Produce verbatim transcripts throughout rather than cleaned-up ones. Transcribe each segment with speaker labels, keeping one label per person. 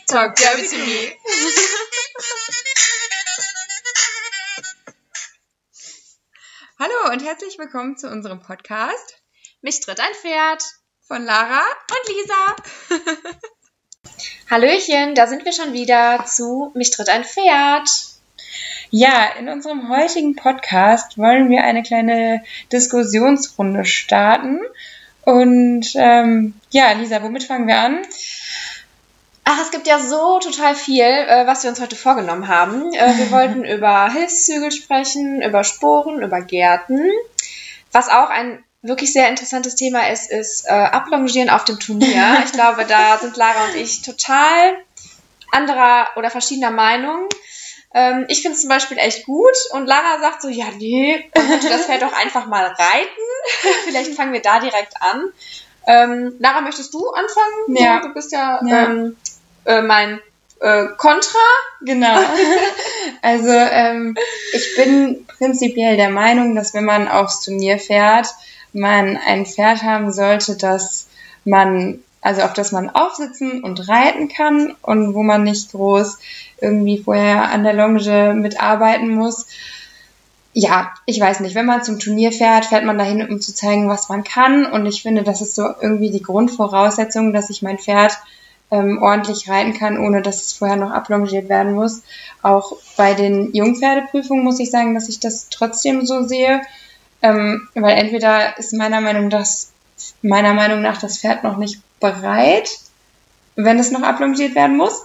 Speaker 1: Talk dirty to me.
Speaker 2: Hallo und herzlich willkommen zu unserem Podcast
Speaker 1: Mich tritt ein Pferd
Speaker 2: von Lara
Speaker 1: und Lisa. Hallöchen, da sind wir schon wieder zu Mich tritt ein Pferd.
Speaker 2: Ja, in unserem heutigen Podcast wollen wir eine kleine Diskussionsrunde starten. Und ähm, ja, Lisa, womit fangen wir an?
Speaker 1: Ach, es gibt ja so total viel, äh, was wir uns heute vorgenommen haben. Äh, wir wollten über Hilfszügel sprechen, über Sporen, über Gärten. Was auch ein wirklich sehr interessantes Thema ist, ist äh, Ablongieren auf dem Turnier. Ich glaube, da sind Lara und ich total anderer oder verschiedener Meinung. Ähm, ich finde es zum Beispiel echt gut und Lara sagt so, ja nee, man könnte das Pferd doch einfach mal reiten. Vielleicht fangen wir da direkt an. Ähm, Lara, möchtest du anfangen?
Speaker 2: Ja.
Speaker 1: Du bist ja,
Speaker 2: ja.
Speaker 1: Ähm, äh, mein äh, Kontra.
Speaker 2: Genau. Also ähm, ich bin prinzipiell der Meinung, dass wenn man aufs Turnier fährt, man ein Pferd haben sollte, das man, also auf das man aufsitzen und reiten kann und wo man nicht groß irgendwie vorher an der Longe mitarbeiten muss. Ja, ich weiß nicht, wenn man zum Turnier fährt, fährt man dahin, um zu zeigen, was man kann. Und ich finde, das ist so irgendwie die Grundvoraussetzung, dass ich mein Pferd ähm, ordentlich reiten kann, ohne dass es vorher noch ablongiert werden muss. Auch bei den Jungpferdeprüfungen muss ich sagen, dass ich das trotzdem so sehe. Ähm, weil entweder ist meiner Meinung, das, meiner Meinung nach das Pferd noch nicht bereit, wenn es noch ablongiert werden muss.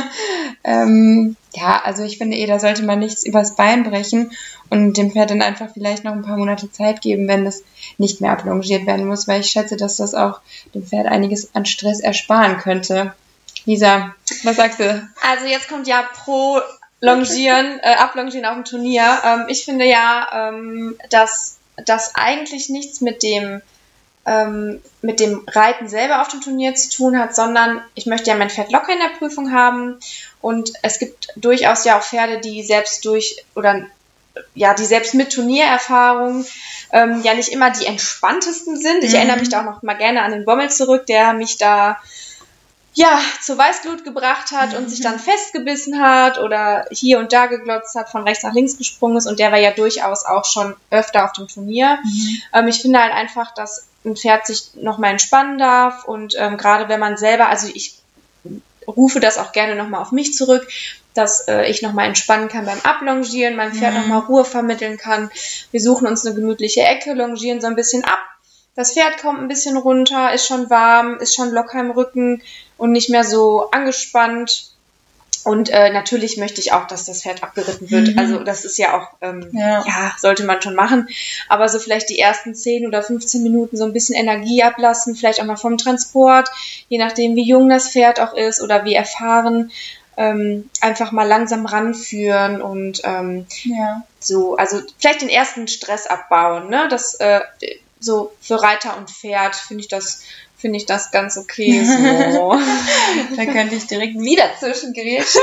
Speaker 2: ähm, ja, also ich finde eh, da sollte man nichts übers Bein brechen und dem Pferd dann einfach vielleicht noch ein paar Monate Zeit geben, wenn es nicht mehr ablongiert werden muss, weil ich schätze, dass das auch dem Pferd einiges an Stress ersparen könnte. Lisa, was sagst du?
Speaker 1: Also jetzt kommt ja pro Longieren, äh, Ablongieren auf dem Turnier. Ähm, ich finde ja, ähm, dass das eigentlich nichts mit dem ähm, mit dem Reiten selber auf dem Turnier zu tun hat, sondern ich möchte ja mein Pferd locker in der Prüfung haben und es gibt durchaus ja auch Pferde, die selbst durch oder ja, die selbst mit Turniererfahrung ähm, ja nicht immer die entspanntesten sind. Ich mhm. erinnere mich da auch noch mal gerne an den Bommel zurück, der mich da ja, zur Weißglut gebracht hat und mhm. sich dann festgebissen hat oder hier und da geglotzt hat, von rechts nach links gesprungen ist und der war ja durchaus auch schon öfter auf dem Turnier. Mhm. Ähm, ich finde halt einfach, dass ein Pferd sich nochmal entspannen darf und ähm, gerade wenn man selber, also ich rufe das auch gerne nochmal auf mich zurück, dass äh, ich nochmal entspannen kann beim Ablongieren, meinem Pferd mhm. nochmal Ruhe vermitteln kann. Wir suchen uns eine gemütliche Ecke, longieren so ein bisschen ab. Das Pferd kommt ein bisschen runter, ist schon warm, ist schon locker im Rücken und nicht mehr so angespannt. Und äh, natürlich möchte ich auch, dass das Pferd abgeritten wird. Mhm. Also das ist ja auch, ähm, ja. ja, sollte man schon machen. Aber so vielleicht die ersten zehn oder fünfzehn Minuten so ein bisschen Energie ablassen, vielleicht auch mal vom Transport, je nachdem wie jung das Pferd auch ist oder wie erfahren, ähm, einfach mal langsam ranführen und ähm, ja. so, also vielleicht den ersten Stress abbauen, ne? Das äh, so für Reiter und Pferd finde ich das finde ich das ganz okay so.
Speaker 2: Da könnte ich direkt wieder zwischengrätschen.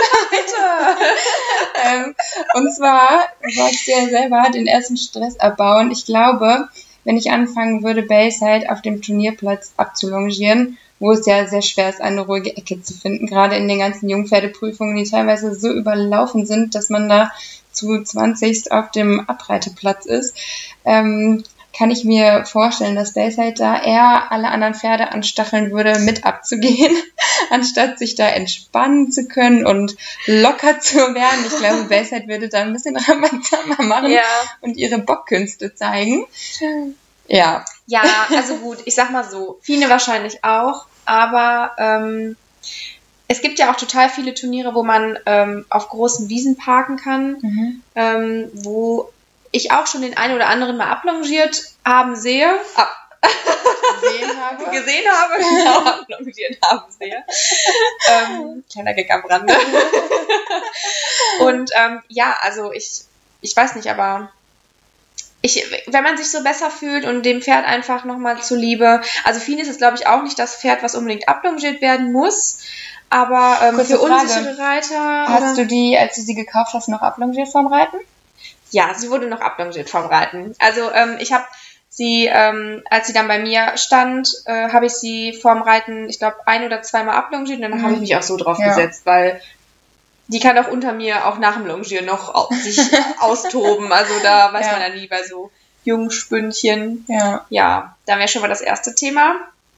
Speaker 2: ähm, und zwar, sagst du ja selber, den ersten Stress abbauen. Ich glaube, wenn ich anfangen würde, Bayside auf dem Turnierplatz abzulongieren, wo es ja sehr schwer ist, eine ruhige Ecke zu finden, gerade in den ganzen Jungpferdeprüfungen, die teilweise so überlaufen sind, dass man da zu zwanzig auf dem Abreiteplatz ist, ähm, kann ich mir vorstellen, dass Bayside da eher alle anderen Pferde anstacheln würde, mit abzugehen, anstatt sich da entspannen zu können und locker zu werden. Ich glaube, Bayside würde da ein bisschen rabatzamer machen ja. und ihre Bockkünste zeigen. Ja.
Speaker 1: Ja, also gut, ich sag mal so, Fine wahrscheinlich auch, aber ähm, es gibt ja auch total viele Turniere, wo man ähm, auf großen Wiesen parken kann, mhm. ähm, wo ich auch schon den einen oder anderen mal ablongiert haben sehe, ab, gesehen habe, gesehen habe, genau, ablongiert haben sehe. ähm, kleiner Gag am Rande. Und ähm, ja, also ich, ich weiß nicht, aber ich, wenn man sich so besser fühlt und dem Pferd einfach nochmal zuliebe, also Fine ist es, glaube ich, auch nicht das Pferd, was unbedingt ablongiert werden muss, aber ähm, für
Speaker 2: Frage.
Speaker 1: unsichere Reiter...
Speaker 2: Hast oder? Du die, als du sie gekauft hast, noch ablongiert vorm Reiten?
Speaker 1: Ja, sie wurde noch ablongiert vorm Reiten. Also ähm, ich habe sie, ähm, als sie dann bei mir stand, äh, habe ich sie vorm Reiten, ich glaube, ein- oder zweimal ablongiert und dann mhm. habe ich mich auch so drauf ja. gesetzt, weil die kann auch unter mir, auch nach dem Longieren, noch sich austoben. Also da weiß ja. man ja nie bei so jungen Spündchen. Ja, ja, dann wäre schon mal das erste Thema.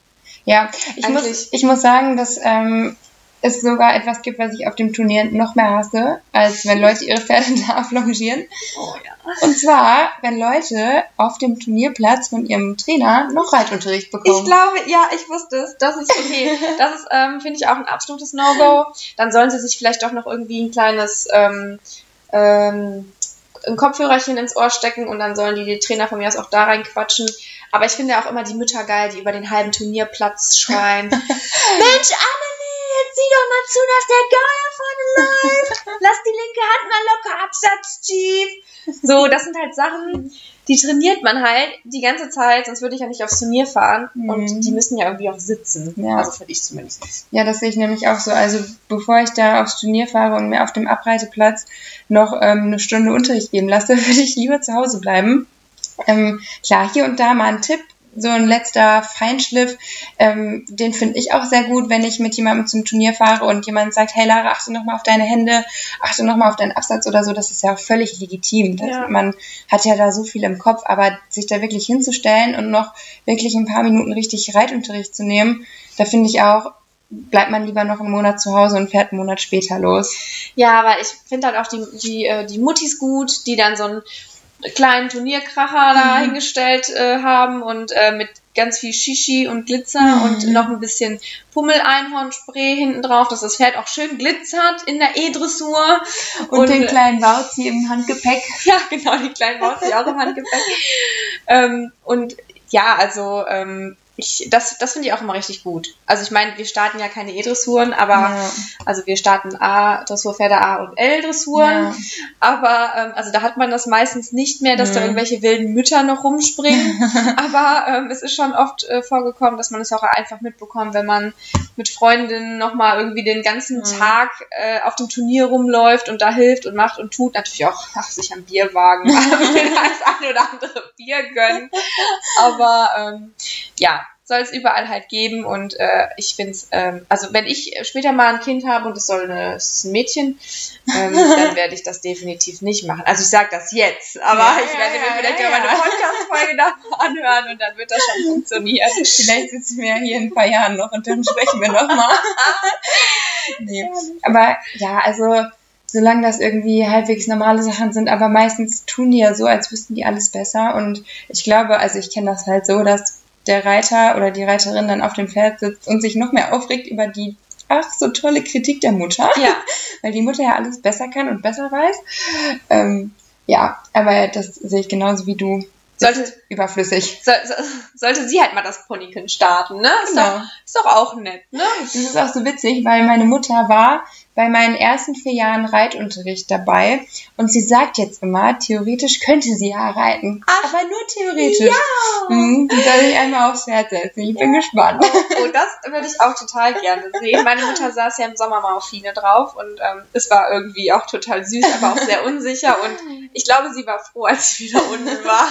Speaker 2: Ja, ich, muss, ich muss sagen, dass ähm, es sogar etwas gibt, was ich auf dem Turnier noch mehr hasse, als wenn Leute ihre Pferde da ablongieren. Oh ja. Und zwar, wenn Leute auf dem Turnierplatz von ihrem Trainer noch Reitunterricht bekommen.
Speaker 1: Ich glaube, ja, ich wusste es. Das ist okay. Das ist, ähm, finde ich, auch ein absolutes No-Go. Dann sollen sie sich vielleicht doch noch irgendwie ein kleines ähm, ähm, ein Kopfhörerchen ins Ohr stecken und dann sollen die, die Trainer von mir aus auch da reinquatschen. Aber ich finde auch immer die Mütter geil, die über den halben Turnierplatz schreien. Mensch, Annelie, jetzt sieh doch mal zu, dass der Geier vorne läuft. Lass die linke Hand mal locker, Absatz tief. So, das sind halt Sachen, die trainiert man halt die ganze Zeit, sonst würde ich ja nicht aufs Turnier fahren. Mhm. Und die müssen ja irgendwie auch sitzen. Ja. Also finde ich zumindest.
Speaker 2: Ja, das sehe ich nämlich auch so. Also bevor ich da aufs Turnier fahre und mir auf dem Abreiteplatz noch ähm, eine Stunde Unterricht geben lasse, würde ich lieber zu Hause bleiben. Ähm, klar, hier und da mal ein Tipp, so ein letzter Feinschliff, ähm, den finde ich auch sehr gut, wenn ich mit jemandem zum Turnier fahre und jemand sagt, hey Lara, achte nochmal auf deine Hände, achte nochmal auf deinen Absatz oder so, das ist ja auch völlig legitim. Das, ja. Man hat ja da so viel im Kopf, aber sich da wirklich hinzustellen und noch wirklich ein paar Minuten richtig Reitunterricht zu nehmen, da finde ich auch, bleibt man lieber noch einen Monat zu Hause und fährt einen Monat später los.
Speaker 1: Ja, aber ich finde halt auch die, die, die Muttis gut, die dann so ein kleinen Turnierkracher da mhm. hingestellt äh, haben und äh, mit ganz viel Shishi und Glitzer mhm. und noch ein bisschen Pummel-Einhornspray hinten drauf, dass das Pferd auch schön glitzert in der E-Dressur.
Speaker 2: Und, und den kleinen Wauzi im Handgepäck.
Speaker 1: Ja, genau, den kleinen Wauzi auch im Handgepäck. ähm, und ja, also ähm, ich, das, das finde ich auch immer richtig gut. Also ich meine, wir starten ja keine E-Dressuren, aber ja. also wir starten A, Dressurpferde A und L-Dressuren, ja. aber ähm, also da hat man das meistens nicht mehr, dass mhm. da irgendwelche wilden Mütter noch rumspringen, aber ähm, es ist schon oft äh, vorgekommen, dass man es auch einfach mitbekommt, wenn man mit Freundinnen nochmal irgendwie den ganzen mhm. Tag äh, auf dem Turnier rumläuft und da hilft und macht und tut, natürlich auch ach, sich am Bierwagen das ein oder andere Bier gönnen, aber ähm, ja, soll es überall halt geben und äh, ich finde es, ähm, also wenn ich später mal ein Kind habe und es soll eine, es ist ein Mädchen, ähm, dann werde ich das definitiv nicht machen. Also ich sage das jetzt, aber ja, ich werde ja, mir vielleicht ja, ja. mal eine Podcast-Folge davon anhören und dann wird das schon funktionieren.
Speaker 2: Vielleicht sitzen wir ja hier in ein paar Jahren noch und dann sprechen wir nochmal. Nee. Aber ja, also solange das irgendwie halbwegs normale Sachen sind, aber meistens tun die ja so, als wüssten die alles besser und ich glaube, also ich kenne das halt so, dass der Reiter oder die Reiterin dann auf dem Pferd sitzt und sich noch mehr aufregt über die ach so tolle Kritik der Mutter, ja. weil die Mutter ja alles besser kann und besser weiß. Ähm, ja, aber das sehe ich genauso wie du. Sollte überflüssig.
Speaker 1: So, so, sollte sie halt mal das Ponykind starten, ne? Ist, genau. doch, ist doch auch nett, ne?
Speaker 2: Das ist auch so witzig, weil meine Mutter war bei meinen ersten vier Jahren Reitunterricht dabei und sie sagt jetzt immer, theoretisch könnte sie ja reiten. Ach, aber nur theoretisch. Ja! Hm, die soll ich einmal aufs Pferd setzen. Ich bin ja. gespannt.
Speaker 1: Oh, oh, das würde ich auch total gerne sehen. Meine Mutter saß ja im Sommer mal auf Fine drauf und ähm, es war irgendwie auch total süß, aber auch sehr unsicher und ich glaube, sie war froh, als sie wieder unten war.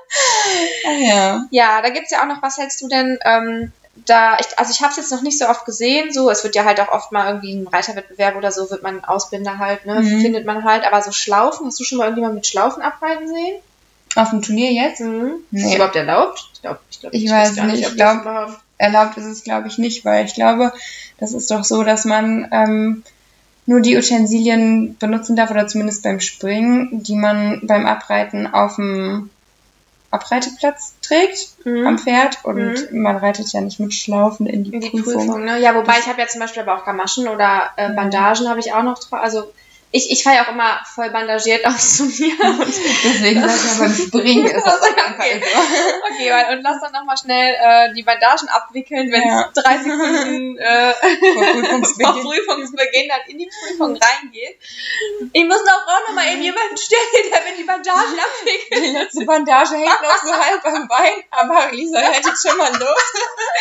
Speaker 2: Ah, ja.
Speaker 1: Ja, da gibt's ja auch noch, was hältst du denn ähm, da, ich, also ich habe es jetzt noch nicht so oft gesehen, so, es wird ja halt auch oft mal irgendwie ein Reiterwettbewerb oder so, wird man Ausbinder halt, ne, mhm. findet man halt, aber so Schlaufen, hast du schon mal irgendjemand mit Schlaufen abreiten sehen?
Speaker 2: Auf dem Turnier jetzt?
Speaker 1: Mhm. Nee. Ist das überhaupt erlaubt? Ich, glaub, ich, glaub,
Speaker 2: ich, ich weiß nicht, nicht ich glaube, erlaubt ist es glaube ich nicht, weil ich glaube, das ist doch so, dass man ähm, nur die Utensilien benutzen darf, oder zumindest beim Springen, die man beim Abreiten auf dem Abreiteplatz trägt mhm. am Pferd und mhm. man reitet ja nicht mit Schlaufen in die, in die Prüfung. Prüfung
Speaker 1: ne? Ja, wobei ich habe ja zum Beispiel aber auch Gamaschen oder äh, Bandagen habe ich auch noch drauf. Also ich, ich fahre ja auch immer voll bandagiert aufs Turnier. Und
Speaker 2: deswegen sag ich ja, beim Springen ist das auf jeden Fall so.
Speaker 1: Okay, weil, und lass dann nochmal schnell äh, die Bandagen abwickeln, wenn es ja. drei Sekunden äh, vor Prüfungsbeginn. vor Prüfungsbeginn dann in die Prüfung reingeht. Ich muss noch auch nochmal eben jemanden stellen, der mir die Bandagen abwickelt.
Speaker 2: Die letzte Bandage hängt noch so halb am Bein, aber Lisa hält jetzt schon mal los.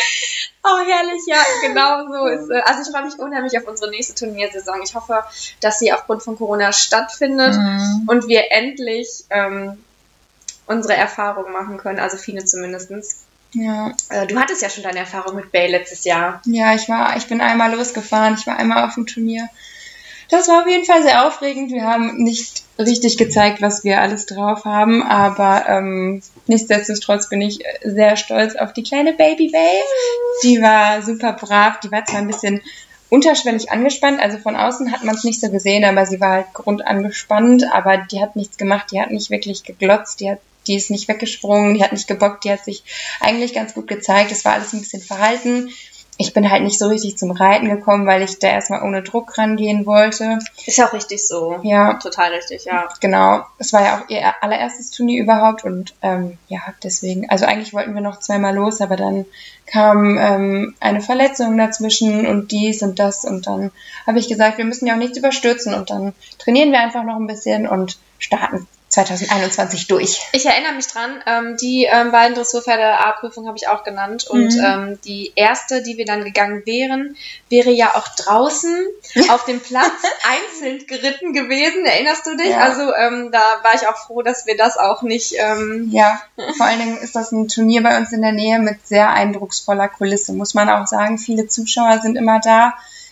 Speaker 1: Oh, herrlich, ja, genau so ist es. Also ich freue mich unheimlich auf unsere nächste Turniersaison. Ich hoffe, dass sie aufgrund von Corona stattfindet mhm. und wir endlich ähm, unsere Erfahrungen machen können, also viele zumindestens.
Speaker 2: Ja.
Speaker 1: Äh, du hattest ja schon deine Erfahrung mit Bay letztes Jahr.
Speaker 2: Ja, ich war, ich bin einmal losgefahren, ich war einmal auf dem Turnier. Das war auf jeden Fall sehr aufregend. Wir haben nicht richtig gezeigt, was wir alles drauf haben, aber ähm, nichtsdestotrotz bin ich sehr stolz auf die kleine Baby Bay. Die war super brav, die war zwar ein bisschen unterschwellig angespannt, also von außen hat man es nicht so gesehen, aber sie war halt grundangespannt, aber die hat nichts gemacht, die hat nicht wirklich geglotzt, die hat die ist nicht weggesprungen, die hat nicht gebockt, die hat sich eigentlich ganz gut gezeigt, es war alles ein bisschen verhalten. Ich bin halt nicht so richtig zum Reiten gekommen, weil ich da erstmal ohne Druck rangehen wollte.
Speaker 1: Ist ja auch richtig so.
Speaker 2: Ja.
Speaker 1: Total richtig, ja.
Speaker 2: Genau. Es war ja auch ihr allererstes Turnier überhaupt und ähm, ja, deswegen, also eigentlich wollten wir noch zweimal los, aber dann kam ähm, eine Verletzung dazwischen und dies und das und dann habe ich gesagt, wir müssen ja auch nichts überstürzen und dann trainieren wir einfach noch ein bisschen und starten zwanzig einundzwanzig durch.
Speaker 1: Ich erinnere mich dran, ähm, die ähm, beiden Dressurpferde-A-Prüfungen habe ich auch genannt und
Speaker 2: Mhm.
Speaker 1: ähm, die erste, die wir dann gegangen wären, wäre ja auch draußen auf dem Platz einzeln geritten gewesen, erinnerst du dich?
Speaker 2: Ja.
Speaker 1: Also ähm, da war ich auch froh, dass wir das auch nicht... Ähm,
Speaker 2: Ja, vor allen Dingen ist das ein Turnier bei uns in der Nähe mit sehr eindrucksvoller Kulisse, muss man auch sagen. Viele Zuschauer sind immer da.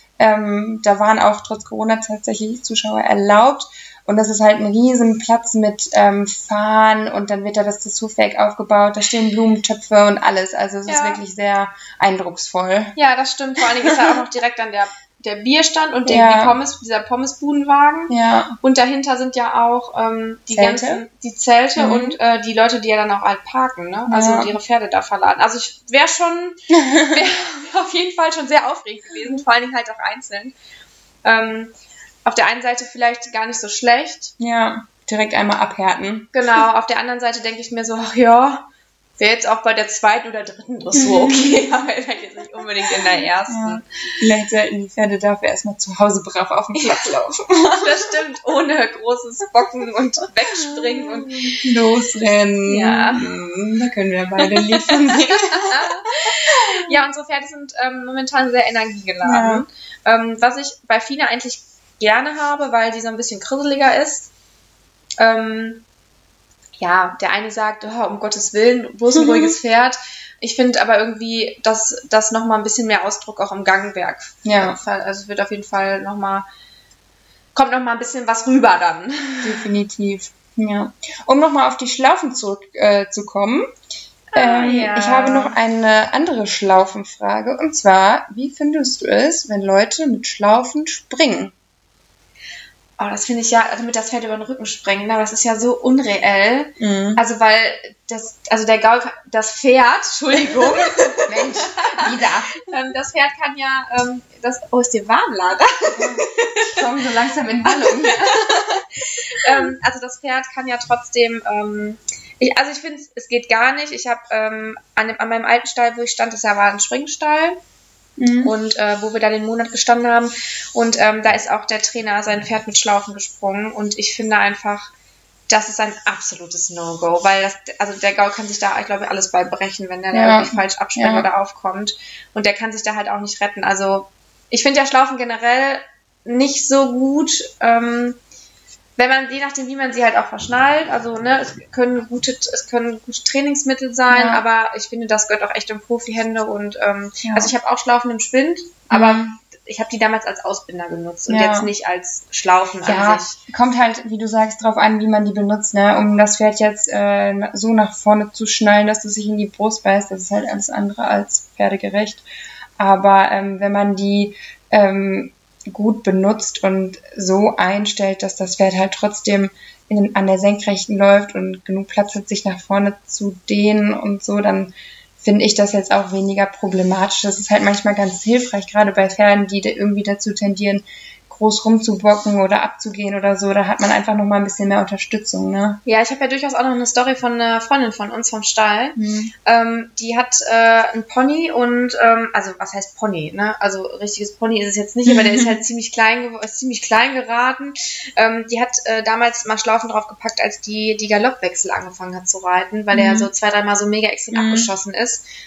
Speaker 2: Ähm, da waren auch trotz Corona tatsächlich Zuschauer erlaubt. Und das ist halt ein riesen Platz mit ähm, Fahnen und dann wird da das Dressurfeld aufgebaut. Da stehen Blumentöpfe und alles. Also es
Speaker 1: Ja.
Speaker 2: ist wirklich sehr eindrucksvoll.
Speaker 1: ja, das stimmt. Vor allen Dingen ist da auch noch direkt an der, der Bierstand und der,
Speaker 2: Ja.
Speaker 1: die Pommes, dieser Pommesbudenwagen.
Speaker 2: Ja,
Speaker 1: Und dahinter sind ja auch ähm, die
Speaker 2: Zelte?
Speaker 1: ganzen die Zelte
Speaker 2: Mhm.
Speaker 1: und äh, die Leute, die ja dann auch halt parken, ne? Also
Speaker 2: Ja.
Speaker 1: die ihre Pferde da verladen. Also ich wäre schon wäre wär auf jeden Fall schon sehr aufregend gewesen, vor allen Dingen halt auch einzeln. Ähm, auf der einen Seite vielleicht gar nicht so schlecht.
Speaker 2: ja, direkt einmal abhärten.
Speaker 1: Genau, auf der anderen Seite denke ich mir so, ach ja, wäre jetzt auch bei der zweiten oder dritten Dressur okay, aber vielleicht jetzt nicht unbedingt in der ersten.
Speaker 2: Ja. Vielleicht sollten die Pferde dafür erstmal zu Hause brav auf dem Platz laufen.
Speaker 1: Das stimmt, ohne großes Bocken und Wegspringen und
Speaker 2: Losrennen.
Speaker 1: Ja.
Speaker 2: Hm, da können wir beide ein Lied von singen.
Speaker 1: Ja, unsere Pferde sind ähm, momentan sehr energiegeladen. Ähm, was ich bei Fina eigentlich gerne habe, weil die so ein bisschen krisseliger ist. Ähm, ja, der eine sagt, oh, um Gottes Willen, bloß ein
Speaker 2: Mhm.
Speaker 1: ruhiges Pferd. Ich finde aber irgendwie, dass das nochmal ein bisschen mehr Ausdruck auch im Gangwerk.
Speaker 2: Ja.
Speaker 1: Also es wird auf jeden Fall nochmal, kommt nochmal ein bisschen was rüber dann.
Speaker 2: Definitiv. Ja. Um nochmal auf die Schlaufen zurückzukommen, äh, zu kommen,
Speaker 1: Ah,
Speaker 2: ähm,
Speaker 1: ja.
Speaker 2: ich habe noch eine andere Schlaufenfrage. Und zwar, wie findest du es, wenn Leute mit Schlaufen springen?
Speaker 1: Oh, das finde ich ja, damit das Pferd über den Rücken springen, ne? Das ist ja so unreell.
Speaker 2: Mhm.
Speaker 1: Also weil das, also der Gaul, das Pferd, Entschuldigung,
Speaker 2: Mensch, Lisa.
Speaker 1: ähm, das Pferd kann ja, ähm, das, oh, ist dir warm, Lara?
Speaker 2: Ich komme so langsam in Ballung.
Speaker 1: ähm, also das Pferd kann ja trotzdem, ähm, ich, also ich finde, es geht gar nicht. Ich habe ähm, an, dem- an meinem alten Stall, wo ich stand, das war ein Springstall.
Speaker 2: Mhm.
Speaker 1: Und äh, wo wir da den Monat gestanden haben. Und ähm, da ist auch der Trainer sein Pferd mit Schlaufen gesprungen. Und ich finde einfach, das ist ein absolutes No-Go. Weil das, also der Gaul kann sich da, ich glaube, alles bei brechen, wenn der da
Speaker 2: Ja.
Speaker 1: irgendwie falsch abspringt
Speaker 2: Ja.
Speaker 1: oder aufkommt. Und der kann sich da halt auch nicht retten. Also ich finde ja Schlaufen generell nicht so gut. Ähm, wenn man, je nachdem, wie man sie halt auch verschnallt, also ne, es können gute, es können gute Trainingsmittel sein,
Speaker 2: Ja.
Speaker 1: aber ich finde, das gehört auch echt in Profi-Hände und ähm,
Speaker 2: Ja.
Speaker 1: also ich habe auch Schlaufen im Spind, aber
Speaker 2: Mhm.
Speaker 1: ich habe die damals als Ausbinder genutzt und
Speaker 2: Ja.
Speaker 1: jetzt nicht als Schlaufen
Speaker 2: Ja,
Speaker 1: an sich.
Speaker 2: kommt halt, wie du sagst, drauf an, wie man die benutzt, ne? Um das Pferd jetzt äh, so nach vorne zu schnallen, dass es sich in die Brust beißt, das ist halt alles andere als pferdegerecht. Aber ähm, wenn man die ähm, gut benutzt und so einstellt, dass das Pferd halt trotzdem in, an der Senkrechten läuft und genug Platz hat, sich nach vorne zu dehnen und so, dann finde ich das jetzt auch weniger problematisch. Das ist halt manchmal ganz hilfreich, gerade bei Pferden, die da irgendwie dazu tendieren, groß rumzubocken oder abzugehen oder so. Da hat man einfach nochmal ein bisschen mehr Unterstützung, ne?
Speaker 1: Ja, ich habe ja durchaus auch noch eine Story von einer Freundin von uns vom Stall.
Speaker 2: Mhm.
Speaker 1: Ähm, die hat äh, einen Pony und, ähm, also was heißt Pony, ne? Also richtiges Pony ist es jetzt nicht, aber der ist halt ziemlich klein, gew- ist ziemlich klein geraten. Ähm, die hat äh, damals mal Schlaufen drauf gepackt, als die die Galoppwechsel angefangen hat zu reiten, weil der
Speaker 2: Mhm.
Speaker 1: so zwei, dreimal so mega extrem
Speaker 2: Mhm.
Speaker 1: abgeschossen ist.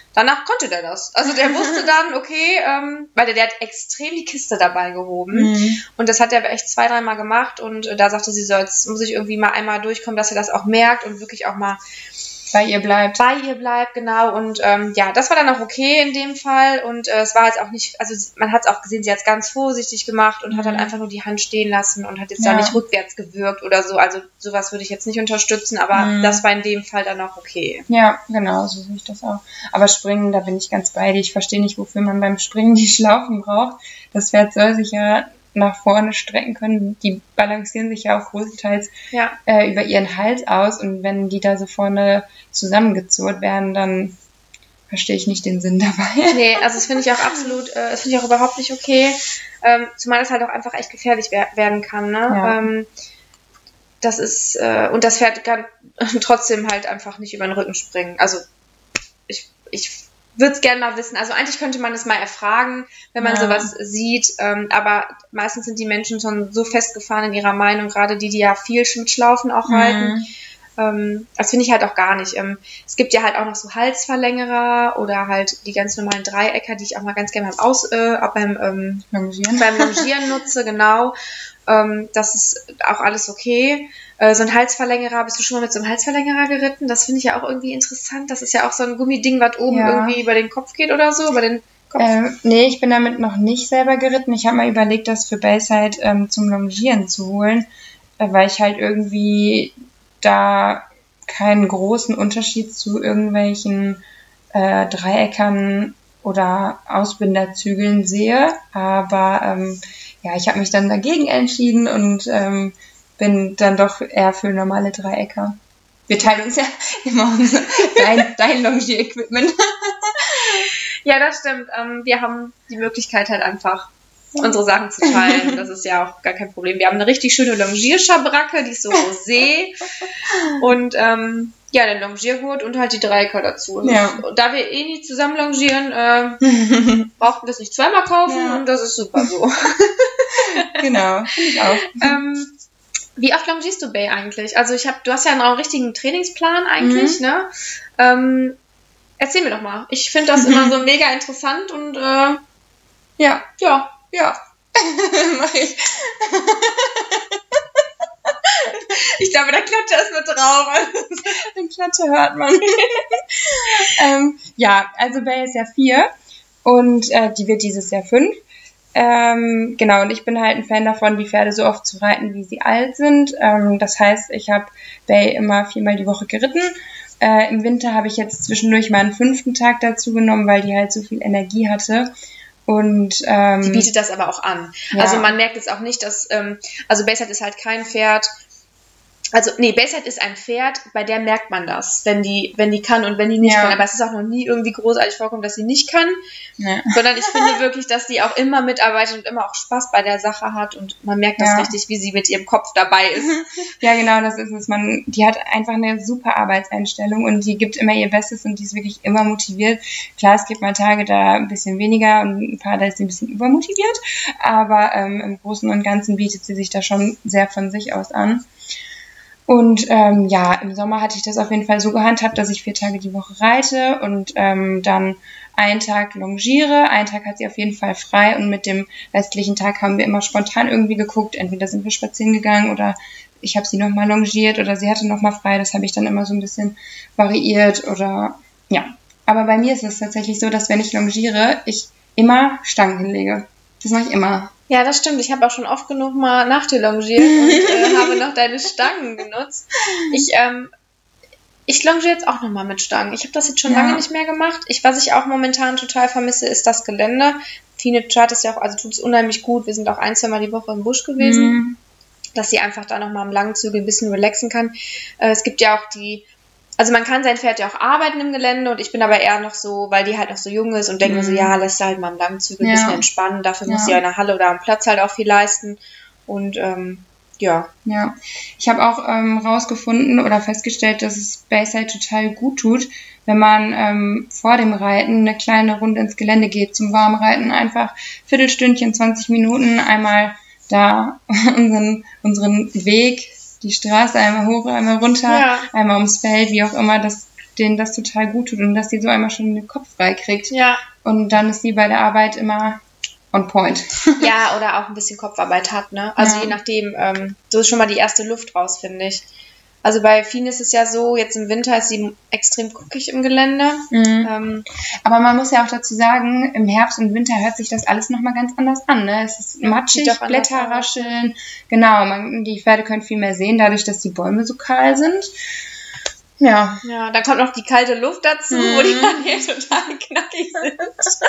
Speaker 1: danach konnte der das. Also der wusste dann, okay, ähm, weil der, der hat extrem die Kiste dabei gehoben. Mhm. Und das hat er echt zwei, dreimal gemacht. Und äh, da sagte sie so, jetzt muss ich irgendwie mal einmal durchkommen, dass er das auch merkt und wirklich auch mal
Speaker 2: bei ihr bleibt.
Speaker 1: Bei ihr bleibt, genau. Und ähm, ja, das war dann auch okay in dem Fall. Und äh, es war jetzt auch nicht, also man hat es auch gesehen, sie hat es ganz vorsichtig gemacht und mhm. hat dann einfach nur die Hand stehen lassen und hat jetzt ja. da nicht rückwärts gewirkt oder so. Also sowas würde ich jetzt nicht unterstützen, aber mhm. das war in dem Fall dann auch okay.
Speaker 2: Ja, genau, so sehe ich das auch. Aber Springen, da bin ich ganz bei dir. Ich verstehe nicht, wofür man beim Springen die Schlaufen braucht. Das Pferd soll sich ja nach vorne strecken können. Die balancieren sich ja auch größtenteils ja. äh, über ihren Hals aus und wenn die da so vorne zusammengezurrt werden, dann verstehe ich nicht den Sinn dabei.
Speaker 1: Nee, also das finde ich auch absolut, äh, das finde ich auch überhaupt nicht okay, ähm, zumal das halt auch einfach echt gefährlich wer- werden kann, ne? Ja. Ähm, das ist, äh, und das Pferd kann trotzdem halt einfach nicht über den Rücken springen. Also ich, ich würde es gerne mal wissen. Also eigentlich könnte man das mal erfragen, wenn man ja. sowas sieht. Ähm, aber meistens sind die Menschen schon so festgefahren in ihrer Meinung, gerade die, die ja viel mit Schlaufen auch mhm. halten. Ähm, das finde ich halt auch gar nicht. Ähm, es gibt ja halt auch noch so Halsverlängerer oder halt die ganz normalen Dreiecker, die ich auch mal ganz gerne beim, Aus, äh, beim, ähm, Longieren. beim Longieren nutze. Genau. Ähm, das ist auch alles okay. Äh, so ein Halsverlängerer, bist du schon mal mit so einem Halsverlängerer geritten? Das finde ich ja auch irgendwie interessant. Das ist ja auch so ein Gummiding, was oben ja. irgendwie über den Kopf geht oder so, über den Kopf.
Speaker 2: Äh, nee, ich bin damit noch nicht selber geritten. Ich habe mal überlegt, das für Bayside ähm, zum Longieren zu holen, äh, weil ich halt irgendwie da keinen großen Unterschied zu irgendwelchen äh, Dreieckern oder Ausbinderzügeln sehe. Aber ähm, ja, ich habe mich dann dagegen entschieden und ähm, bin dann doch eher für normale Dreiecker. Wir teilen uns ja immer unser, dein, dein Longier-Equipment.
Speaker 1: Ja, das stimmt. Ähm, wir haben die Möglichkeit halt einfach, unsere Sachen zu teilen. Das ist ja auch gar kein Problem. Wir haben eine richtig schöne Longierschabracke, die ist so rosé. Und ähm, ja, den Longiergurt und halt die Dreiecke dazu. Und ja. da wir eh nie zusammen longieren, äh, brauchten wir es nicht zweimal kaufen ja. und das ist super so.
Speaker 2: Genau, finde ich auch.
Speaker 1: ähm, Wie oft longierst du Bay eigentlich? Also ich hab, du hast ja einen richtigen Trainingsplan eigentlich, mhm. ne? Ähm, erzähl mir doch mal. Ich finde das mhm. immer so mega interessant und äh, ja, ja, ja. Mach ich. Ich glaube, der Klatscher ist mit drauf.
Speaker 2: Den Klatscher hört man. ähm, ja, also Bay ist ja vier und äh, die wird dieses Jahr fünf. Ähm, genau, und ich bin halt ein Fan davon, die Pferde so oft zu reiten, wie sie alt sind. Ähm, das heißt, ich habe Bay immer viermal die Woche geritten. Äh, Im Winter habe ich jetzt zwischendurch mal einen fünften Tag dazu genommen, weil die halt so viel Energie hatte. Und ähm,
Speaker 1: die bietet das aber auch an. Ja. Also man merkt jetzt auch nicht, dass, ähm, also Bayside ist halt kein Pferd. Also, nee, Bayside ist ein Pferd, bei der merkt man das, wenn die, wenn die kann und wenn die nicht ja. kann. Aber es ist auch noch nie irgendwie großartig vorkommen, dass sie nicht kann. Ja. Sondern ich finde wirklich, dass die auch immer mitarbeitet und immer auch Spaß bei der Sache hat und man merkt das ja. richtig, wie sie mit ihrem Kopf dabei ist.
Speaker 2: Ja, genau, das ist es. Man, die hat einfach eine super Arbeitseinstellung und die gibt immer ihr Bestes und die ist wirklich immer motiviert. Klar, es gibt mal Tage, da ein bisschen weniger und ein paar, da ist sie ein bisschen übermotiviert. Aber ähm, im Großen und Ganzen bietet sie sich da schon sehr von sich aus an. Und ähm, ja, im Sommer hatte ich das auf jeden Fall so gehandhabt, dass ich vier Tage die Woche reite und ähm, dann einen Tag longiere. Einen Tag hat sie auf jeden Fall frei und mit dem restlichen Tag haben wir immer spontan irgendwie geguckt. Entweder sind wir spazieren gegangen oder ich habe sie nochmal longiert oder sie hatte nochmal frei. Das habe ich dann immer so ein bisschen variiert oder ja. Aber bei mir ist es tatsächlich so, dass wenn ich longiere, ich immer Stangen hinlege. Das mache ich immer.
Speaker 1: Ja, das stimmt. Ich habe auch schon oft genug mal nach dir longiert und äh, habe noch deine Stangen genutzt. Ich, ähm, ich longiere jetzt auch nochmal mit Stangen. Ich habe das jetzt schon ja. lange nicht mehr gemacht. Ich, was ich auch momentan total vermisse, ist das Gelände. Tine Chart ist ja auch, also tut es unheimlich gut. Wir sind auch ein, zwei Mal die Woche im Busch gewesen, mhm. dass sie einfach da nochmal am langen Zügel ein bisschen relaxen kann. Äh, es gibt ja auch die, also man kann sein Pferd ja auch arbeiten im Gelände und ich bin aber eher noch so, weil die halt noch so jung ist und denke mhm. so, ja, lässt halt mal am langen Zügel ja. ein bisschen entspannen. Dafür ja. muss sie ja in der Halle oder am Platz halt auch viel leisten. Und ähm, ja.
Speaker 2: Ja, ich habe auch ähm, rausgefunden oder festgestellt, dass es Bayside total gut tut, wenn man ähm, vor dem Reiten eine kleine Runde ins Gelände geht zum Warmreiten. Einfach Viertelstündchen, zwanzig Minuten, einmal da unseren, unseren Weg, die Straße einmal hoch, einmal runter, ja. einmal ums Feld, wie auch immer. Das denen das total gut tut und dass die so einmal schon den Kopf frei kriegt.
Speaker 1: Ja.
Speaker 2: Und dann ist die bei der Arbeit immer on point.
Speaker 1: Ja, oder auch ein bisschen Kopfarbeit hat, ne? Also
Speaker 2: Ja.
Speaker 1: je nachdem, ähm, so ist schon mal die erste Luft raus, finde ich. Also bei Fien ist es ja so, jetzt im Winter ist sie extrem guckig im Gelände.
Speaker 2: Mhm.
Speaker 1: Ähm,
Speaker 2: Aber man muss ja auch dazu sagen, im Herbst und Winter hört sich das alles nochmal ganz anders an. Ne? Es ist matschig,
Speaker 1: sieht doch anders
Speaker 2: Blätter
Speaker 1: aus.
Speaker 2: rascheln. Genau, man, die Pferde können viel mehr sehen, dadurch, dass die Bäume so kahl sind. Ja.
Speaker 1: ja, dann kommt noch die kalte Luft dazu,
Speaker 2: Mhm.
Speaker 1: wo die Panier total knackig sind.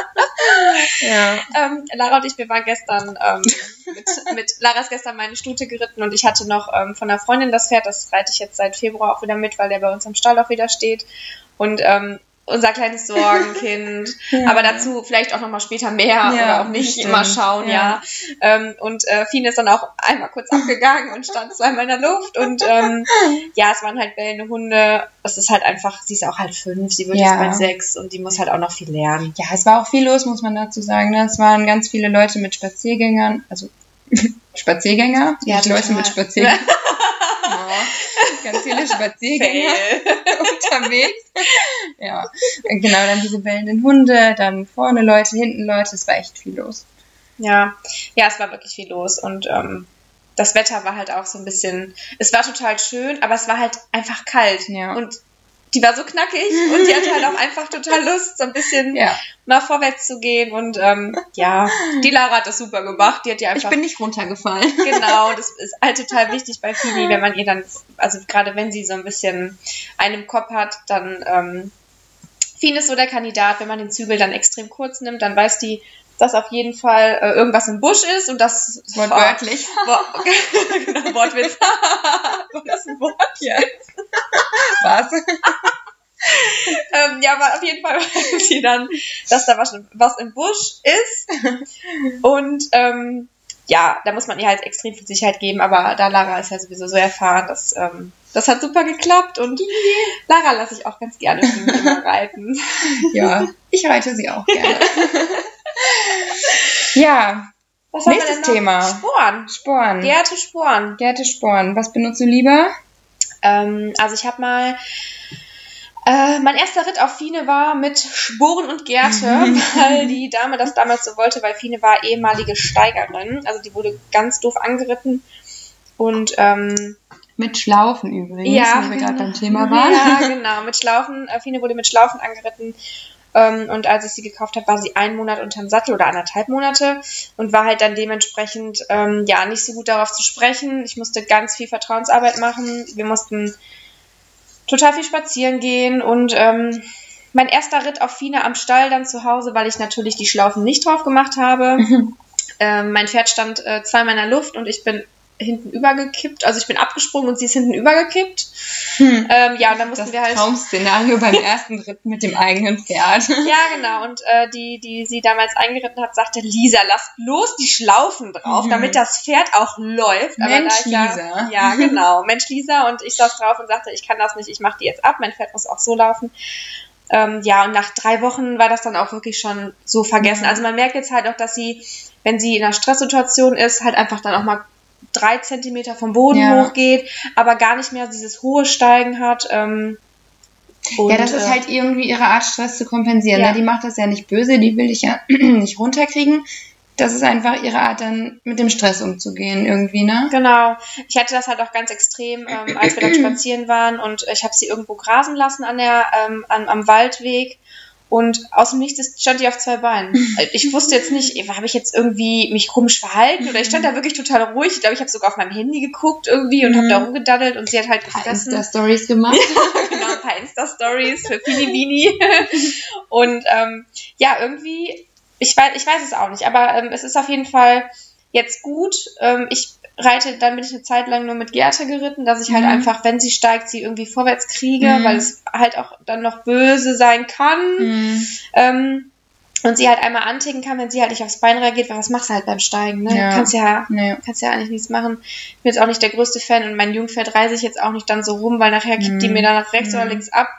Speaker 2: Ja.
Speaker 1: ähm, Lara und ich, wir waren gestern ähm, mit, mit Lara ist gestern meine Stute geritten und ich hatte noch ähm, von einer Freundin das Pferd, das reite ich jetzt seit Februar auch wieder mit, weil der bei uns am Stall auch wieder steht. Und ähm, unser kleines Sorgenkind.
Speaker 2: Ja.
Speaker 1: Aber dazu vielleicht auch nochmal später mehr
Speaker 2: Ja,
Speaker 1: oder auch nicht.
Speaker 2: bestimmt.
Speaker 1: Immer schauen, ja.
Speaker 2: Ja.
Speaker 1: Ähm, und äh, Fien ist dann auch einmal kurz abgegangen und stand zweimal in der Luft. Und ähm, ja, es waren halt bellende Hunde. Es ist halt einfach, sie ist auch halt fünf, sie wird
Speaker 2: Ja.
Speaker 1: jetzt bald sechs und die muss halt auch noch viel lernen.
Speaker 2: Ja, es war auch viel los, muss man dazu sagen. Ne? Es waren ganz viele Leute mit Spaziergängern, also Spaziergänger,
Speaker 1: Ja,
Speaker 2: nicht Leute
Speaker 1: total.
Speaker 2: mit Spaziergängern. Ja, ganz viele Spaziergänger unterwegs. Ja, genau, dann diese bellenden Hunde, dann vorne Leute, hinten Leute, es war echt viel los.
Speaker 1: Ja, ja, es war wirklich viel los und ähm, das Wetter war halt auch so ein bisschen, es war total schön, aber es war halt einfach kalt
Speaker 2: Ja.
Speaker 1: und die war so knackig und die hatte halt auch einfach total Lust, so ein bisschen
Speaker 2: Ja.
Speaker 1: mal vorwärts zu gehen und ähm, ja, die Lara hat das super gemacht, die hat ja
Speaker 2: Ich
Speaker 1: einfach,
Speaker 2: bin nicht runtergefallen.
Speaker 1: genau, das ist halt total wichtig bei Fini, wenn man ihr dann, also gerade wenn sie so ein bisschen einen im Kopf hat, dann ähm, Fien ist so der Kandidat, wenn man den Zügel dann extrem kurz nimmt, dann weiß die, dass auf jeden Fall äh, irgendwas im Busch ist und das
Speaker 2: Wortwörtlich.
Speaker 1: Wo- genau, Wortwitz. War das ein Wort?
Speaker 2: Ja. Was?
Speaker 1: ähm, ja, aber auf jeden Fall weiß sie dann, dass da was, was im Busch ist. Und ähm, ja, da muss man ihr halt extrem viel Sicherheit geben, aber da Lara ist ja sowieso so erfahren, dass ähm, das hat super geklappt und Lara lasse ich auch ganz gerne für mich immer reiten.
Speaker 2: Ja, ich reite sie auch gerne. Ja,
Speaker 1: Was haben wir
Speaker 2: nächstes
Speaker 1: denn noch?
Speaker 2: Thema.
Speaker 1: Sporen.
Speaker 2: Sporen.
Speaker 1: Gerte Sporen.
Speaker 2: Gerte Sporen. Was benutzt du lieber?
Speaker 1: Ähm, also ich habe mal, äh, mein erster Ritt auf Fine war mit Sporen und Gerte, weil die Dame das damals so wollte, weil Fine war ehemalige Steigerin, also die wurde ganz doof angeritten und ähm,
Speaker 2: Mit Schlaufen übrigens,
Speaker 1: ja,
Speaker 2: wo wir
Speaker 1: genau.
Speaker 2: gerade beim Thema waren.
Speaker 1: Ja, genau, mit Schlaufen, äh, Fine wurde mit Schlaufen angeritten. Ähm, und als ich sie gekauft habe, war sie einen Monat unterm Sattel oder anderthalb Monate und war halt dann dementsprechend ähm, ja nicht so gut darauf zu sprechen. Ich musste ganz viel Vertrauensarbeit machen. Wir mussten total viel spazieren gehen und ähm, mein erster Ritt auf Fine am Stall dann zu Hause, weil ich natürlich die Schlaufen nicht drauf gemacht habe. ähm, mein Pferd stand äh, zweimal in der Luft und ich bin hinten übergekippt. Also ich bin abgesprungen und sie ist hinten übergekippt.
Speaker 2: Hm.
Speaker 1: Ähm, ja, und dann mussten
Speaker 2: Das
Speaker 1: wir halt...
Speaker 2: Traum-Szenario beim ersten Ritt mit dem eigenen Pferd.
Speaker 1: Ja, genau. Und äh, die, die sie damals eingeritten hat, sagte, Lisa, lass bloß die Schlaufen drauf,
Speaker 2: Mhm.
Speaker 1: damit das Pferd auch läuft.
Speaker 2: Mensch,
Speaker 1: da ich ja,
Speaker 2: Lisa.
Speaker 1: Ja, genau. Mensch, Lisa. Und ich saß drauf und sagte, ich kann das nicht, ich mache die jetzt ab. Mein Pferd muss auch so laufen. Ähm, ja, und nach drei Wochen war das dann auch wirklich schon so vergessen.
Speaker 2: Mhm.
Speaker 1: Also man merkt jetzt halt auch, dass sie, wenn sie in einer Stresssituation ist, halt einfach dann auch mal drei Zentimeter vom Boden
Speaker 2: Ja.
Speaker 1: hochgeht, aber gar nicht mehr dieses hohe Steigen hat. Ähm, und,
Speaker 2: Ja, das ist
Speaker 1: äh,
Speaker 2: halt irgendwie ihre Art, Stress zu kompensieren.
Speaker 1: Ja.
Speaker 2: Ne? Die macht das ja nicht böse, die will dich ja nicht runterkriegen. Das ist einfach ihre Art, dann mit dem Stress umzugehen irgendwie, ne?
Speaker 1: Genau. Ich hatte das halt auch ganz extrem, ähm, als wir dann spazieren waren und ich habe sie irgendwo grasen lassen an der, ähm, an, am Waldweg und aus dem Nichts stand die auf zwei Beinen. Ich wusste jetzt nicht, habe ich jetzt irgendwie mich komisch verhalten oder ich stand da wirklich total ruhig. Ich glaube, ich habe sogar auf meinem Handy geguckt irgendwie und habe da rumgedaddelt und sie hat halt gefressen.
Speaker 2: Insta-Stories gemacht.
Speaker 1: Genau, ein paar Insta-Stories für Fini Bini. Und ähm, ja, irgendwie, ich weiß, ich weiß es auch nicht, aber ähm, es ist auf jeden Fall jetzt gut. Ähm, ich reite, dann bin ich eine Zeit lang nur mit Gerte geritten, dass ich halt
Speaker 2: Mhm.
Speaker 1: einfach, wenn sie steigt, sie irgendwie vorwärts kriege,
Speaker 2: Mhm.
Speaker 1: weil es halt auch dann noch böse sein kann.
Speaker 2: Mhm.
Speaker 1: Ähm, und sie halt einmal anticken kann, wenn sie halt nicht aufs Bein reagiert, weil was machst du halt beim Steigen, ne?
Speaker 2: Ja.
Speaker 1: Du kannst ja,
Speaker 2: Nee.
Speaker 1: kannst ja eigentlich nichts machen. Ich bin jetzt auch nicht der größte Fan und mein Jungpferd reise ich jetzt auch nicht dann so rum, weil nachher kippt
Speaker 2: Mhm.
Speaker 1: die mir dann nach rechts
Speaker 2: Mhm.
Speaker 1: oder links ab.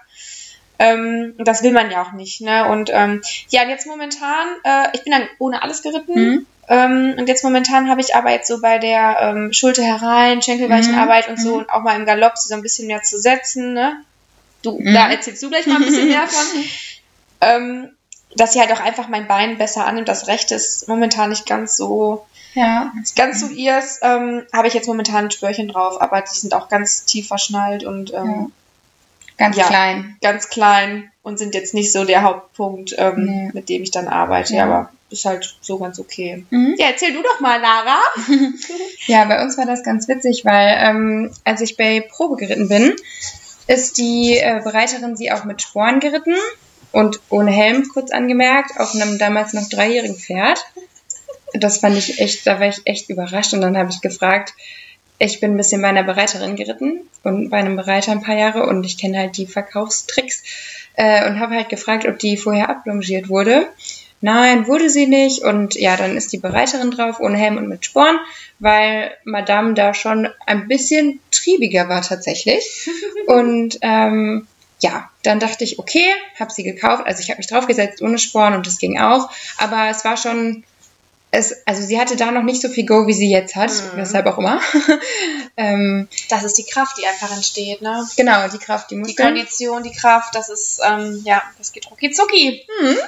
Speaker 1: Ähm, und das will man ja auch nicht, ne? Und ähm, ja, und jetzt momentan, äh, ich bin dann ohne alles geritten.
Speaker 2: Mhm.
Speaker 1: Ähm, und jetzt momentan habe ich aber jetzt so bei der ähm, Schulter herein, Schenkelweichenarbeit
Speaker 2: Mhm.
Speaker 1: und so
Speaker 2: Mhm.
Speaker 1: und auch mal im Galopp so ein bisschen mehr zu setzen, ne? du,
Speaker 2: Mhm.
Speaker 1: da erzählst du gleich mal ein bisschen mehr von. Ähm, dass sie halt auch einfach mein Bein besser annimmt. Das rechte ist momentan nicht ganz so,
Speaker 2: Ja.
Speaker 1: nicht ganz so ihrs. Ähm, habe ich jetzt momentan ein Spörchen drauf, aber die sind auch ganz tief verschnallt und ähm,
Speaker 2: Ja. Ganz
Speaker 1: ja,
Speaker 2: klein.
Speaker 1: ganz klein und sind jetzt nicht so der Hauptpunkt, ähm,
Speaker 2: Nee.
Speaker 1: mit dem ich dann arbeite.
Speaker 2: Ja.
Speaker 1: Aber ist halt so ganz okay.
Speaker 2: Mhm.
Speaker 1: Ja, erzähl du doch mal, Lara.
Speaker 2: Ja, bei uns war das ganz witzig, weil ähm, als ich bei Probe geritten bin, ist die äh, Bereiterin sie auch mit Sporen geritten und ohne Helm, kurz angemerkt, auf einem damals noch dreijährigen Pferd. Das fand ich echt, da war ich echt überrascht und dann habe ich gefragt, ich bin ein bisschen bei einer Bereiterin geritten und bei einem Bereiter ein paar Jahre und ich kenne halt die Verkaufstricks äh, und habe halt gefragt, ob die vorher ablongiert wurde. Nein, wurde sie nicht. Und ja, dann ist die Bereiterin drauf, ohne Helm und mit Sporen, weil Madame da schon ein bisschen triebiger war tatsächlich. Und ähm, ja, dann dachte ich, okay, habe sie gekauft. Also ich habe mich draufgesetzt ohne Sporen und das ging auch. Aber es war schon, es, also sie hatte da noch nicht so viel Go, wie sie jetzt hat.
Speaker 1: Mhm.
Speaker 2: Weshalb auch immer. ähm,
Speaker 1: Das ist die Kraft, die einfach entsteht, ne?
Speaker 2: genau, die Kraft, die
Speaker 1: Die
Speaker 2: Muskeln.
Speaker 1: Kondition, die Kraft, das ist, ähm, ja, das geht rucki zucki.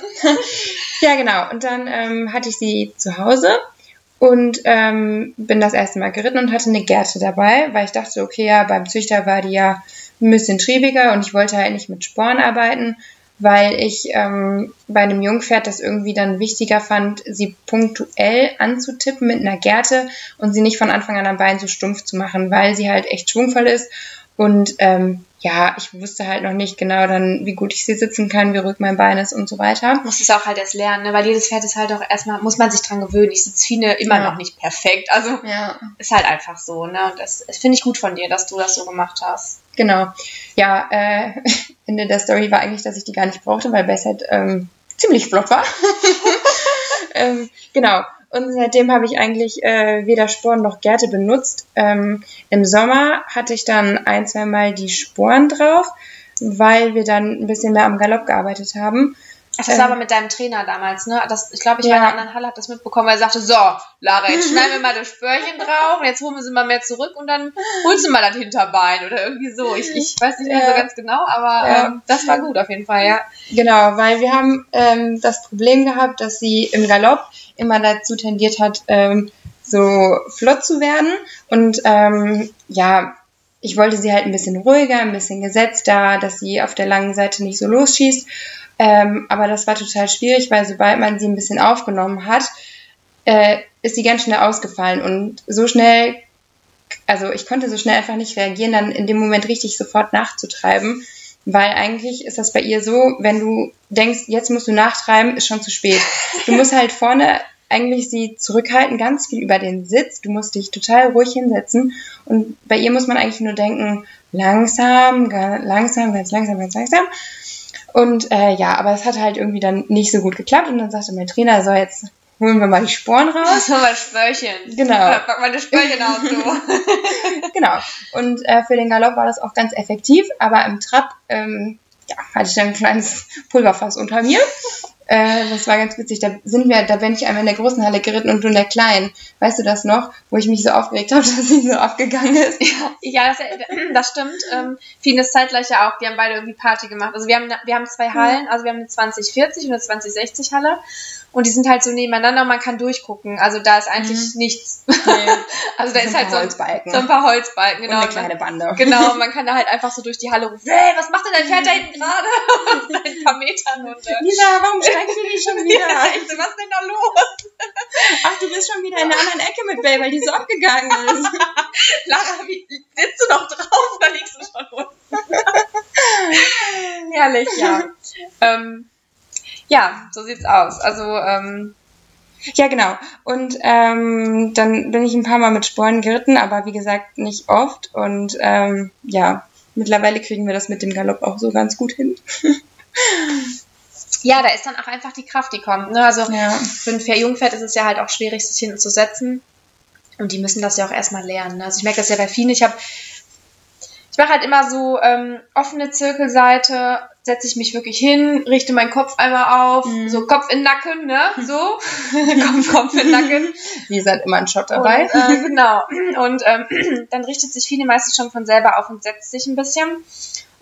Speaker 2: Ja, genau. Und dann ähm, hatte ich sie zu Hause und ähm, bin das erste Mal geritten und hatte eine Gerte dabei, weil ich dachte, okay, ja, beim Züchter war die ja ein bisschen triebiger und ich wollte halt nicht mit Sporen arbeiten, weil ich ähm, bei einem Jungpferd das irgendwie dann wichtiger fand, sie punktuell anzutippen mit einer Gerte und sie nicht von Anfang an am Bein so stumpf zu machen, weil sie halt echt schwungvoll ist. Und ähm, ja, ich wusste halt noch nicht genau dann, wie gut ich sie sitzen kann, wie ruhig mein Bein ist und so weiter.
Speaker 1: Muss es auch halt erst lernen, ne? Weil jedes Pferd ist halt auch erstmal, muss man sich dran gewöhnen. Ich sitze Fine immer
Speaker 2: Ja.
Speaker 1: noch nicht perfekt. Also
Speaker 2: Ja,
Speaker 1: ist halt einfach so, ne? Und das, das finde ich gut von dir, dass du das so gemacht hast.
Speaker 2: genau. Ja, äh, Ende der Story war eigentlich, dass ich die gar nicht brauchte, weil Bassett ähm, ziemlich flott war. ähm, genau. Und seitdem habe ich eigentlich äh, weder Sporen noch Gerte benutzt. Ähm, Im Sommer hatte ich dann ein, zwei Mal die Sporen drauf, weil wir dann ein bisschen mehr am Galopp gearbeitet haben.
Speaker 1: Ach, das
Speaker 2: Ähm,
Speaker 1: war aber mit deinem Trainer damals, ne? Das, ich glaube, ich war
Speaker 2: Ja.
Speaker 1: in einer anderen Halle, hab das mitbekommen, weil er sagte, so, Lara, jetzt schneiden wir mal das Spörchen drauf und jetzt holen wir sie mal mehr zurück und dann holst du mal das Hinterbein oder irgendwie so. Ich, ich weiß nicht mehr
Speaker 2: Ja.
Speaker 1: so ganz genau, aber
Speaker 2: Ja.
Speaker 1: ähm, das war gut auf jeden Fall, ja.
Speaker 2: Genau, weil wir haben ähm, das Problem gehabt, dass sie im Galopp immer dazu tendiert hat, ähm, so flott zu werden. Und ähm, ja, ich wollte sie halt ein bisschen ruhiger, ein bisschen gesetzter, dass sie auf der langen Seite nicht so losschießt. Ähm, aber das war total schwierig, weil sobald man sie ein bisschen aufgenommen hat, äh, ist sie ganz schnell ausgefallen. Und so schnell, also ich konnte so schnell einfach nicht reagieren, dann in dem Moment richtig sofort nachzutreiben. Weil eigentlich ist das bei ihr so, wenn du denkst, jetzt musst du nachtreiben, ist schon zu spät. Du musst halt vorne eigentlich sie zurückhalten, ganz viel über den Sitz. Du musst dich total ruhig hinsetzen. Und bei ihr muss man eigentlich nur denken, langsam, ga- langsam, ganz langsam, ganz langsam. Und äh, ja, aber es hat halt irgendwie dann nicht so gut geklappt. Und dann sagte mein Trainer, so jetzt holen wir mal die Sporen raus.
Speaker 1: Das war mal Spörchen.
Speaker 2: Genau.
Speaker 1: Pack mal das Spörchen aus, du.
Speaker 2: Genau. Und äh, für den Galopp war das auch ganz effektiv, aber im Trab ähm, ja, hatte ich dann ein kleines Pulverfass unter mir. Äh, das war ganz witzig. Da sind wir, da bin ich einmal in der großen Halle geritten und du in der kleinen. Weißt du das noch, wo ich mich so aufgeregt habe, dass sie so abgegangen ist?
Speaker 1: Ja, das, das stimmt. Ähm, Fien ist zeitgleich ja auch, die haben beide irgendwie Party gemacht. Also wir haben, wir haben zwei Hallen, also wir haben eine zwanzig vierzig und eine zwanzig sechzig Halle. Und die sind halt so nebeneinander und man kann durchgucken. Also da ist eigentlich
Speaker 2: Mhm.
Speaker 1: nichts.
Speaker 2: Nee.
Speaker 1: Also da
Speaker 2: So
Speaker 1: ist
Speaker 2: ein
Speaker 1: halt
Speaker 2: paar
Speaker 1: so ein,
Speaker 2: Holzbalken.
Speaker 1: so ein paar Holzbalken, genau.
Speaker 2: Und eine
Speaker 1: Und man-
Speaker 2: kleine Bande.
Speaker 1: Genau, und man kann da halt einfach so durch die Halle rufen, hey, was macht denn dein Pferd da hinten gerade? Seit ein paar Metern und äh,
Speaker 2: Lisa, warum steigst du nicht schon wieder?
Speaker 1: ja, ich so, was ist denn da los?
Speaker 2: Ach, du bist schon wieder in der anderen Ecke mit Bell, weil die so abgegangen ist.
Speaker 1: Lara, wie, sitzt du noch drauf oder liegst du schon unten? Herrlich, ja. ähm, ja, so sieht's aus. Also, ähm,
Speaker 2: Ja, genau. Und ähm, dann bin ich ein paar Mal mit Sporen geritten, aber wie gesagt, nicht oft. Und ähm, ja, mittlerweile kriegen wir das mit dem Galopp auch so ganz gut hin.
Speaker 1: ja, da ist dann auch einfach die Kraft, die kommt. Ne? Also
Speaker 2: Ja.
Speaker 1: für ein Pferd- Jungpferd ist es ja halt auch schwierig, sich hinten zu setzen. Und die müssen das ja auch erstmal lernen. Ne? Also ich merke das ja bei Fien. Ich habe, ich mache halt immer so ähm, offene Zirkelseite, setze ich mich wirklich hin, richte meinen Kopf einmal auf,
Speaker 2: Mhm.
Speaker 1: so Kopf in den Nacken, ne? So, Kopf, Kopf in den Nacken.
Speaker 2: Lisa hat immer einen Shot dabei.
Speaker 1: Und, äh, genau. Und ähm, dann richtet sich Fine meistens schon von selber auf und setzt sich ein bisschen.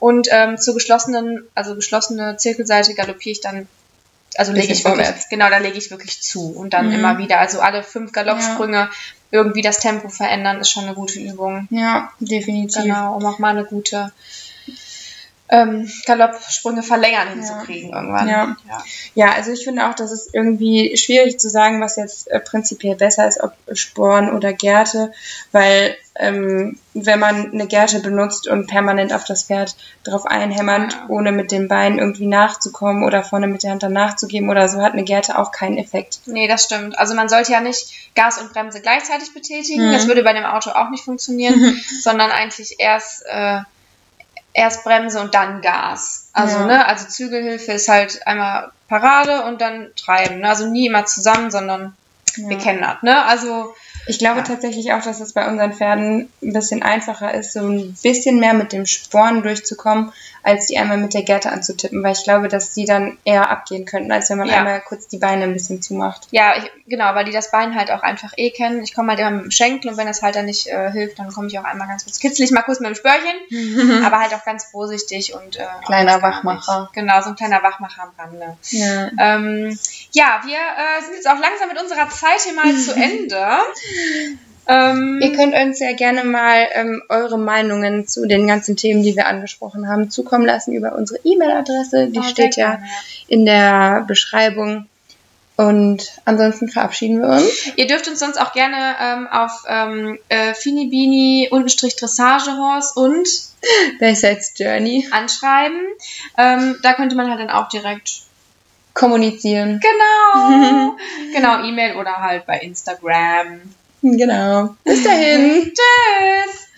Speaker 1: Und ähm, zur geschlossenen, also geschlossene Zirkelseite galoppiere ich dann, also lege ich wirklich, vorwärts. Genau, da lege ich wirklich zu und dann mhm. immer wieder. Also alle fünf Galoppsprünge ja. irgendwie das Tempo verändern, ist schon eine gute Übung.
Speaker 2: Ja, definitiv.
Speaker 1: Genau, um auch mal eine gute ähm, Galoppsprünge verlängern hinzukriegen ja. irgendwann.
Speaker 2: Ja. Ja. ja, also ich finde auch, das ist irgendwie schwierig zu sagen, was jetzt äh, prinzipiell besser ist, ob Sporn oder Gerte, weil ähm, wenn man eine Gerte benutzt und permanent auf das Pferd drauf einhämmert, ja. ohne mit den Beinen irgendwie nachzukommen oder vorne mit der Hand dann nachzugeben oder so, hat eine Gerte auch keinen Effekt.
Speaker 1: Nee, das stimmt. Also man sollte ja nicht Gas und Bremse gleichzeitig betätigen. Mhm. Das würde bei dem Auto auch nicht funktionieren, mhm. sondern eigentlich erst äh, erst Bremse und dann Gas. Also, ja. ne, also Zügelhilfe ist halt einmal Parade und dann treiben. Ne? Also nie immer zusammen, sondern ja. wir kennen das, ne? Also
Speaker 2: ich glaube ja. tatsächlich auch, dass es bei unseren Pferden ein bisschen einfacher ist, so ein bisschen mehr mit dem Sporn durchzukommen, als die einmal mit der Gerte anzutippen, weil ich glaube, dass die dann eher abgehen könnten, als wenn man ja. einmal kurz die Beine ein bisschen zumacht.
Speaker 1: Ja, ich, genau, weil die das Bein halt auch einfach eh kennen. Ich komme halt immer mit dem Schenkel und wenn das halt dann nicht äh, hilft, dann komme ich auch einmal ganz kurz, kitzel ich mal kurz mit dem Spörchen, aber halt auch ganz vorsichtig und äh,
Speaker 2: kleiner Wachmacher.
Speaker 1: Genau, so ein kleiner Wachmacher am Rande.
Speaker 2: Ja,
Speaker 1: ähm, ja wir äh, sind jetzt auch langsam mit unserer Zeit hier mal zu Ende.
Speaker 2: Ähm, Ihr könnt uns ja gerne mal ähm, eure Meinungen zu den ganzen Themen, die wir angesprochen haben, zukommen lassen über unsere E-Mail-Adresse. Die oh, steht ja gerne. in der Beschreibung. Und ansonsten verabschieden wir uns.
Speaker 1: Ihr dürft uns sonst auch gerne ähm, auf ähm, äh, Finibini Unterstrich Dressagehorse und
Speaker 2: Baysides Journey
Speaker 1: anschreiben. Ähm, da könnte man halt dann auch direkt
Speaker 2: kommunizieren.
Speaker 1: Genau. genau, E-Mail oder halt bei Instagram.
Speaker 2: Genau. Bis dahin.
Speaker 1: Tschüss.